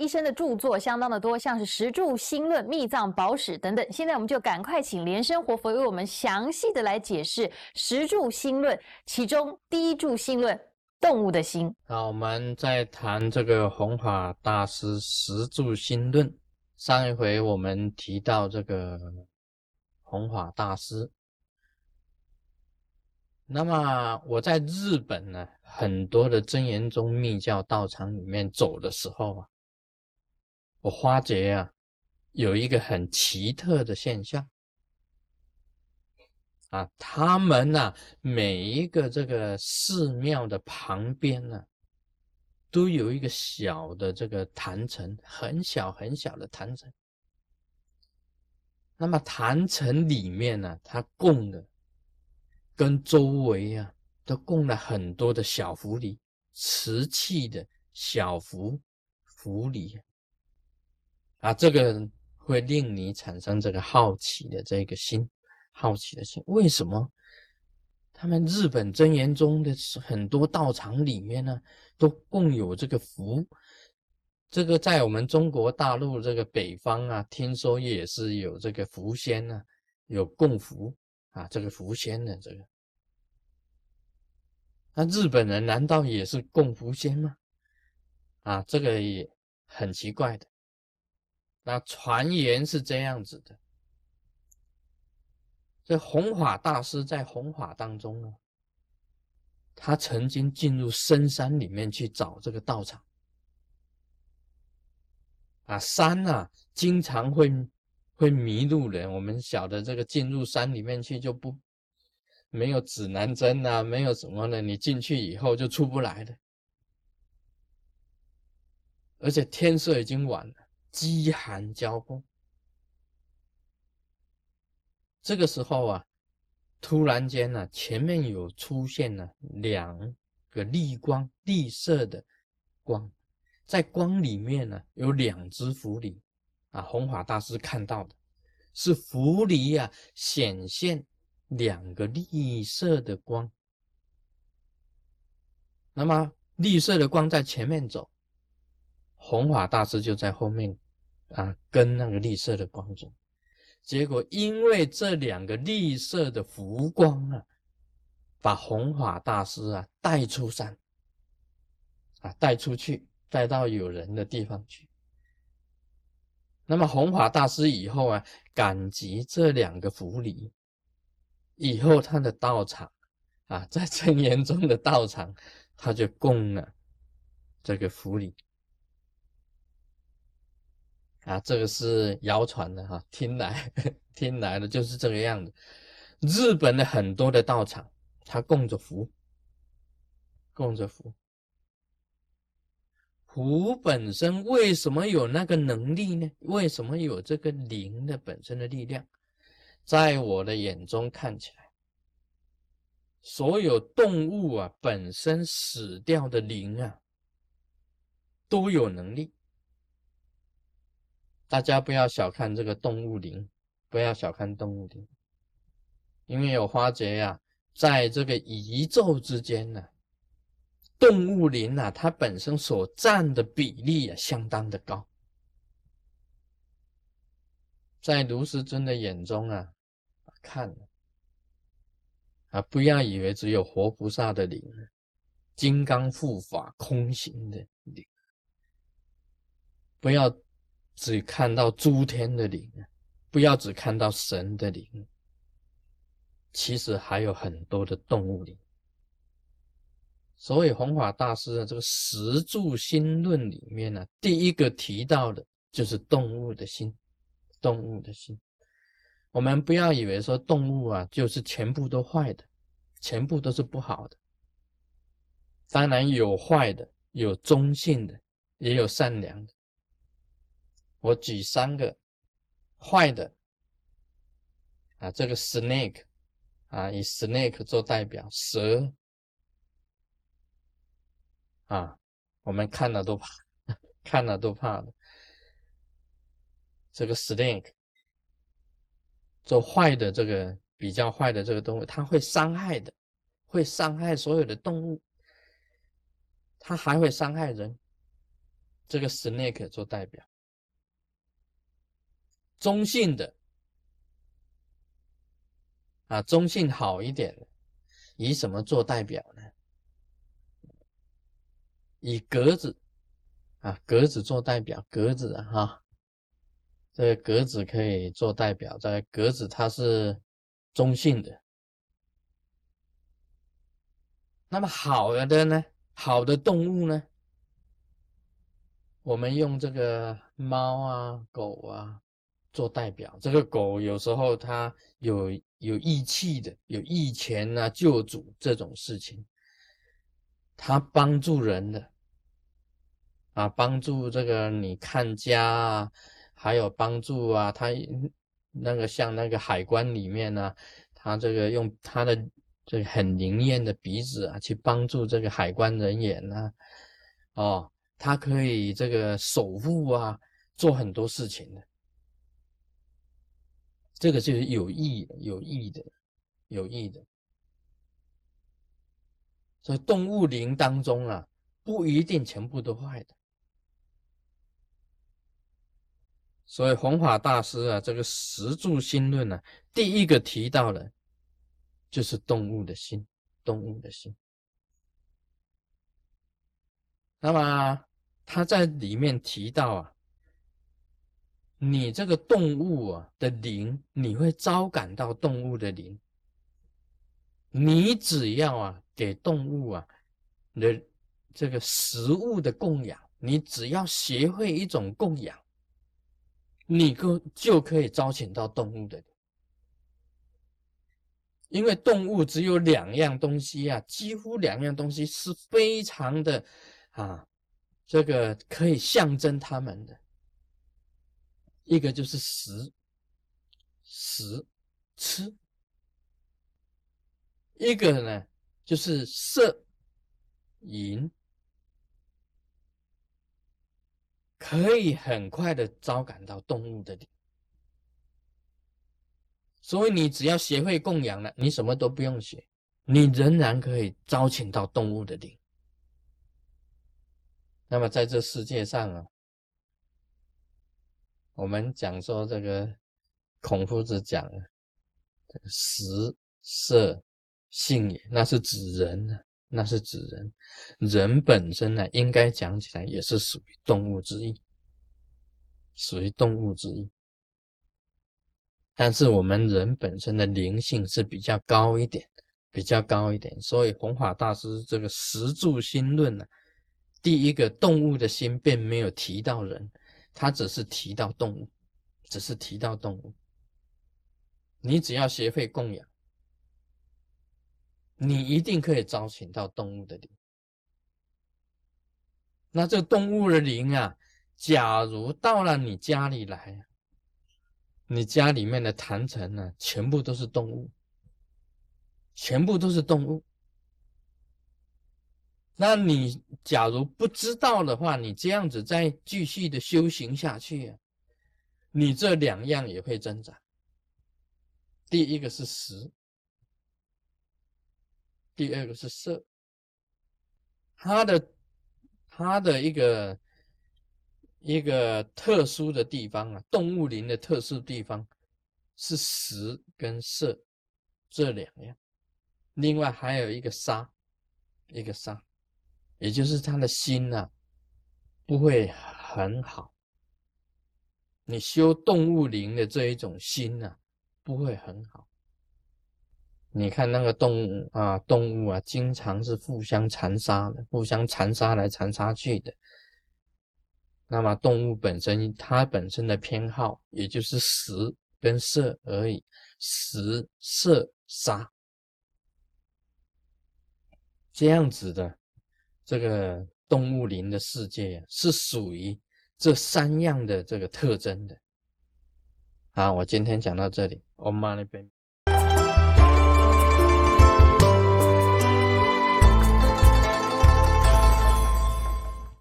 医生的著作相当的多，像是《十住心论》《密藏宝史》等等。现在我们就赶快请莲生活佛为我们详细的来解释《十住心论》，其中第一住心论，动物的心。 好，我们再谈这个弘法大师十住心论。上一回我们提到这个弘法大师，那么我在日本呢，很多的真言宗密教道场里面走的时候啊，我发觉啊，有一个很奇特的现象啊，他们啊，每一个这个寺庙的旁边呢，都有一个小的这个坛城，很小很小的坛城。那么坛城里面呢，它供的跟周围啊都供了很多的小狐狸，瓷器的小狐狸啊，这个会令你产生这个好奇的这个心，好奇的心。为什么他们日本真言宗的很多道场里面呢，都供有这个符？这个在我们中国大陆这个北方啊，听说也是有这个符仙啊，有供符啊，这个符仙的这个。那日本人难道也是供符仙吗？啊，这个也很奇怪的。那传言是这样子的，这弘法大师在弘法当中呢，他曾经进入深山里面去找这个道场。啊，山啊，经常会迷路人。我们晓得这个进入山里面去就没有指南针啊，没有什么的，你进去以后就出不来了。而且天色已经晚了，饥寒交迫。这个时候啊，突然间呢，前面有出现了两个绿光，绿色的光，在光里面呢有两只狐狸啊，弘法大师看到的是狐狸啊显现两个绿色的光，那么绿色的光在前面走，弘法大师就在后面啊跟那个绿色的光走。结果因为这两个绿色的浮光啊，把弘法大师啊带出山啊，带出去，带到有人的地方去。那么弘法大师以后啊，感激这两个狐狸，以后他的道场啊，在真言宗的道场，他就供了这个狐狸啊，这个是谣传的哈，听来的就是这个样子。日本的很多的道场，他供着符，供着符。符本身为什么有那个能力呢？为什么有这个灵的本身的力量？在我的眼中看起来，所有动物啊本身死掉的灵啊都有能力。大家不要小看这个动物灵，不要小看动物灵，因为有发觉呀，在这个宇宙之间呢，动物灵啊，它本身所占的比例啊相当的高。在卢师尊的眼中啊，看啊，不要以为只有活菩萨的灵，金刚护法空行的灵，不要只看到诸天的灵，不要只看到神的灵，其实还有很多的动物灵。所以弘法大师的这个十住心论里面呢，第一个提到的就是动物的心，动物的心。我们不要以为说动物啊就是全部都坏的，全部都是不好的。当然有坏的，有中性的，也有善良的。我举三个坏的啊，这个 snake 啊，以 snake 做代表，蛇啊，我们看了都怕，看了都怕的。这个 snake 做坏的，这个比较坏的这个动物，它会伤害的，会伤害所有的动物，它还会伤害人。 这个 snake 做代表。中性的啊，中性好一点的，以什么做代表呢？以鸽子啊，鸽子做代表，鸽子哈，这个鸽子可以做代表。这个鸽子它是中性的。那么好的呢？好的动物呢？我们用这个猫啊、狗啊做代表。这个狗有时候它有义气的，有义钱啊、救主这种事情，它帮助人的啊，帮助这个你看家啊，还有帮助啊，它那个像那个海关里面呢、它这个用它的这个很灵验的鼻子啊，去帮助这个海关人员呢、哦，它可以这个守护啊，做很多事情的。这个就是有益的，有益的，有益的。所以动物灵当中啊，不一定全部都坏的。所以弘法大师啊，这个十住心论啊，第一个提到的，就是动物的心，动物的心。那么他在里面提到啊，你这个动物啊的灵，你会招感到动物的灵。你只要啊给动物啊的这个食物的供养，你只要学会一种供养，你就可以招请到动物的灵。因为动物只有两样东西啊，几乎两样东西是非常的啊，这个可以象征它们的。一个就是食吃，一个呢就是色淫，可以很快的招感到动物的灵。所以你只要学会供养了，你什么都不用学，你仍然可以招请到动物的灵。那么在这世界上啊，我们讲说这个孔夫子讲这个食色性也，那是指人呢，那是指人。人本身呢，应该讲起来也是属于动物之一，属于动物之一。但是我们人本身的灵性是比较高一点，比较高一点。所以弘法大师这个十住心论呢，第一个动物的心并没有提到人，他只是提到动物，只是提到动物。你只要学会供养，你一定可以招请到动物的灵。那这动物的灵啊，假如到了你家里来，你家里面的坛城呢，全部都是动物，全部都是动物。那你假如不知道的话，你这样子再继续的修行下去啊，你这两样也会增长。第一个是食，第二个是色。它的一个特殊的地方啊，动物灵的特殊地方是食跟色这两样，另外还有一个杀，也就是他的心啊不会很好。你修动物灵的这一种心啊不会很好。你看那个动物啊，经常是互相残杀的，互相残杀来残杀去的。那么动物本身它本身的偏好也就是食跟色而已，食色杀这样子的这个动物灵的世界是属于这三样的这个特征的。好，我今天讲到这里。Om Mani Padme